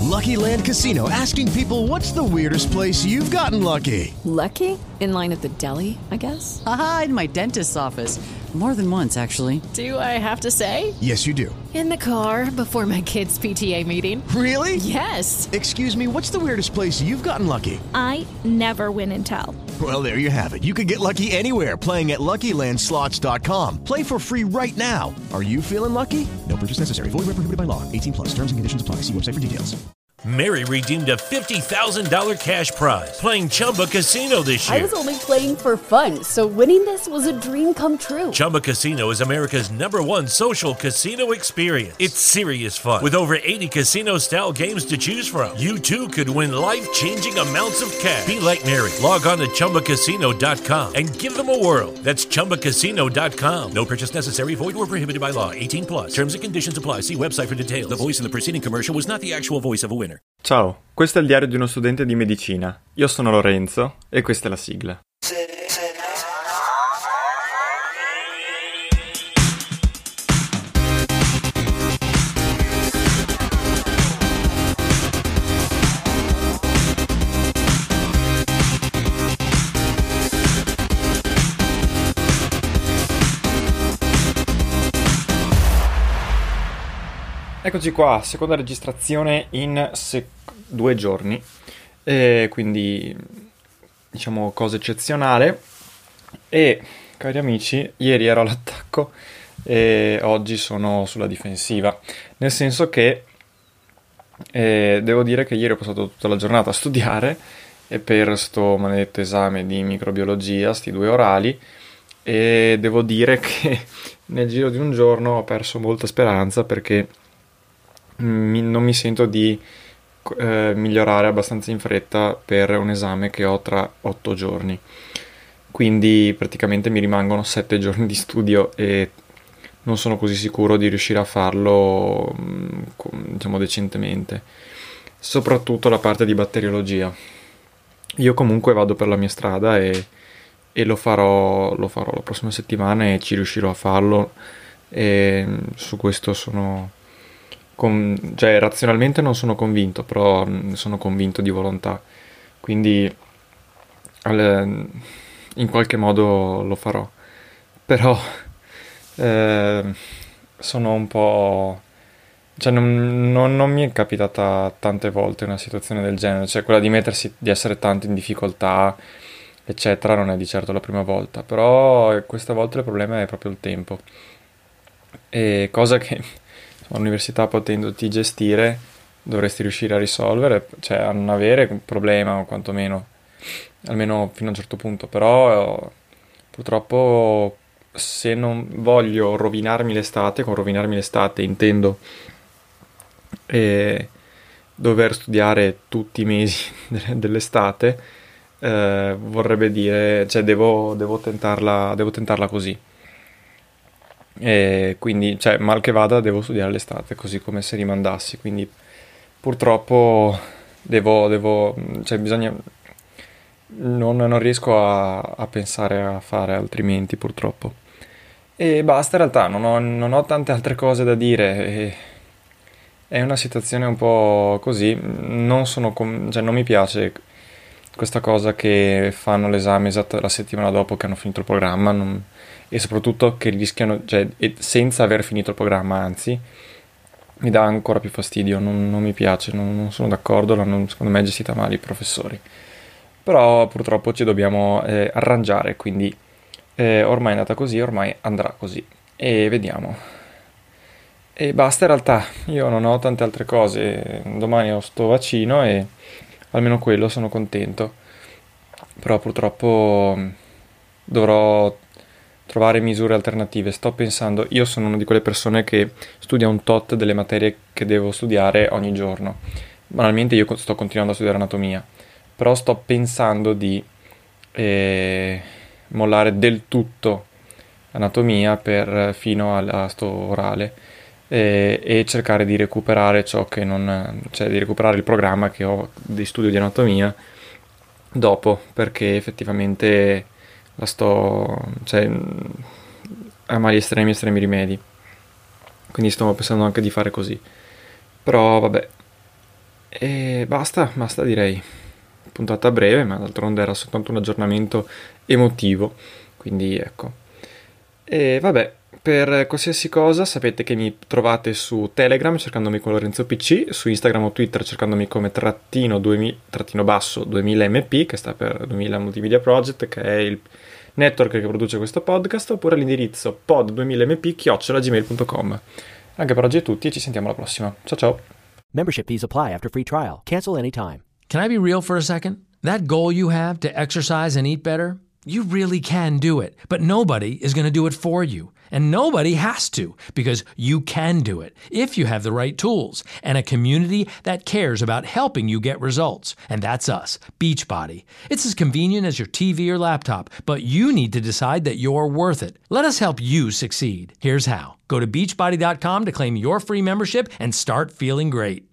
Lucky Land Casino, asking people, what's the weirdest place you've gotten lucky? Lucky? In line at the deli, I guess? Aha, in my dentist's office. More than once, actually. Do I have to say? Yes, you do. In the car before my kids' PTA meeting. Really? Yes. Excuse me, what's the weirdest place you've gotten lucky? I never win and tell. Well, there you have it. You can get lucky anywhere, playing at LuckyLandSlots.com. Play for free right now. Are you feeling lucky? No purchase necessary. Void where prohibited by law. 18 plus. Terms and conditions apply. See website for details. Mary redeemed a $50,000 cash prize playing Chumba Casino this year. I was only playing for fun, so winning this was a dream come true. Chumba Casino is America's #1 social casino experience. It's serious fun. With over 80 casino-style games to choose from, you too could win life-changing amounts of cash. Be like Mary. Log on to ChumbaCasino.com and give them a whirl. That's ChumbaCasino.com. No purchase necessary. Void where prohibited by law. 18 plus. Terms and conditions apply. See website for details. The voice in the preceding commercial was not the actual voice of a winner. Ciao, questo è il diario di uno studente di medicina. Io sono Lorenzo e questa è la sigla. Eccoci qua, seconda registrazione in 2 giorni, quindi diciamo cosa eccezionale. E cari amici, ieri ero all'attacco e oggi sono sulla difensiva, nel senso che devo dire che ieri ho passato tutta la giornata a studiare e per sto maledetto esame di microbiologia, sti 2 orali, e devo dire che nel giro di un giorno ho perso molta speranza perché non mi sento di migliorare abbastanza in fretta per un esame che ho tra 8 giorni. Quindi praticamente mi rimangono 7 giorni di studio e non sono così sicuro di riuscire a farlo, diciamo, decentemente. Soprattutto la parte di batteriologia. Io comunque vado per la mia strada e lo farò la prossima settimana e ci riuscirò a farlo, e su questo sono... cioè razionalmente non sono convinto, però sono convinto di volontà, quindi in qualche modo lo farò. Però sono un po', cioè non mi è capitata tante volte una situazione del genere, cioè quella di essere tanto in difficoltà eccetera, non è di certo la prima volta, però questa volta il problema è proprio il tempo, e cosa che all'università, potendoti gestire, dovresti riuscire a risolvere, cioè a non avere un problema, o quantomeno almeno fino a un certo punto. Però purtroppo, se non voglio rovinarmi l'estate, con rovinarmi l'estate intendo dover studiare tutti i mesi dell'estate, vorrebbe dire, cioè devo tentarla così. E quindi, cioè, mal che vada, devo studiare l'estate, così come se rimandassi. Quindi purtroppo cioè bisogna, non riesco a pensare a fare altrimenti, purtroppo. E basta, in realtà non ho tante altre cose da dire. È una situazione un po' così. Cioè non mi piace questa cosa che fanno l'esame esatto la settimana dopo che hanno finito il programma, e soprattutto che rischiano, cioè senza aver finito il programma, anzi mi dà ancora più fastidio, non mi piace, non sono d'accordo, secondo me è gestita male i professori. Però purtroppo ci dobbiamo arrangiare, quindi ormai è andata così, ormai andrà così, e vediamo. E basta, in realtà io non ho tante altre cose. Domani ho sto vaccino e almeno quello sono contento, però purtroppo dovrò trovare misure alternative. Sto pensando, io sono una di quelle persone che studia un tot delle materie che devo studiare ogni giorno. Banalmente io sto continuando a studiare anatomia, però sto pensando di mollare del tutto anatomia fino a sto orale, e cercare di recuperare ciò che non, cioè di recuperare il programma che ho di studio di anatomia dopo, perché effettivamente cioè a mali estremi rimedi, quindi sto pensando anche di fare così. Però vabbè, E basta direi. Puntata breve, ma d'altronde era soltanto un aggiornamento emotivo, quindi ecco. E vabbè, per qualsiasi cosa sapete che mi trovate su Telegram cercandomi con Lorenzo PC, su Instagram o Twitter cercandomi come _2000mp, che sta per 2000 Multimedia Project, che è il network che produce questo podcast, oppure all'indirizzo pod2000mp@gmail.com. Anche per oggi è tutti e ci sentiamo alla prossima. Ciao ciao! Membership fees apply after free trial. Cancel anytime. Can I be real for a second? That goal you have to exercise and eat better, you really can do it, but nobody is going to do it for you. And nobody has to, because you can do it if you have the right tools and a community that cares about helping you get results. And that's us, Beachbody. It's as convenient as your TV or laptop, but you need to decide that you're worth it. Let us help you succeed. Here's how. Go to beachbody.com to claim your free membership and start feeling great.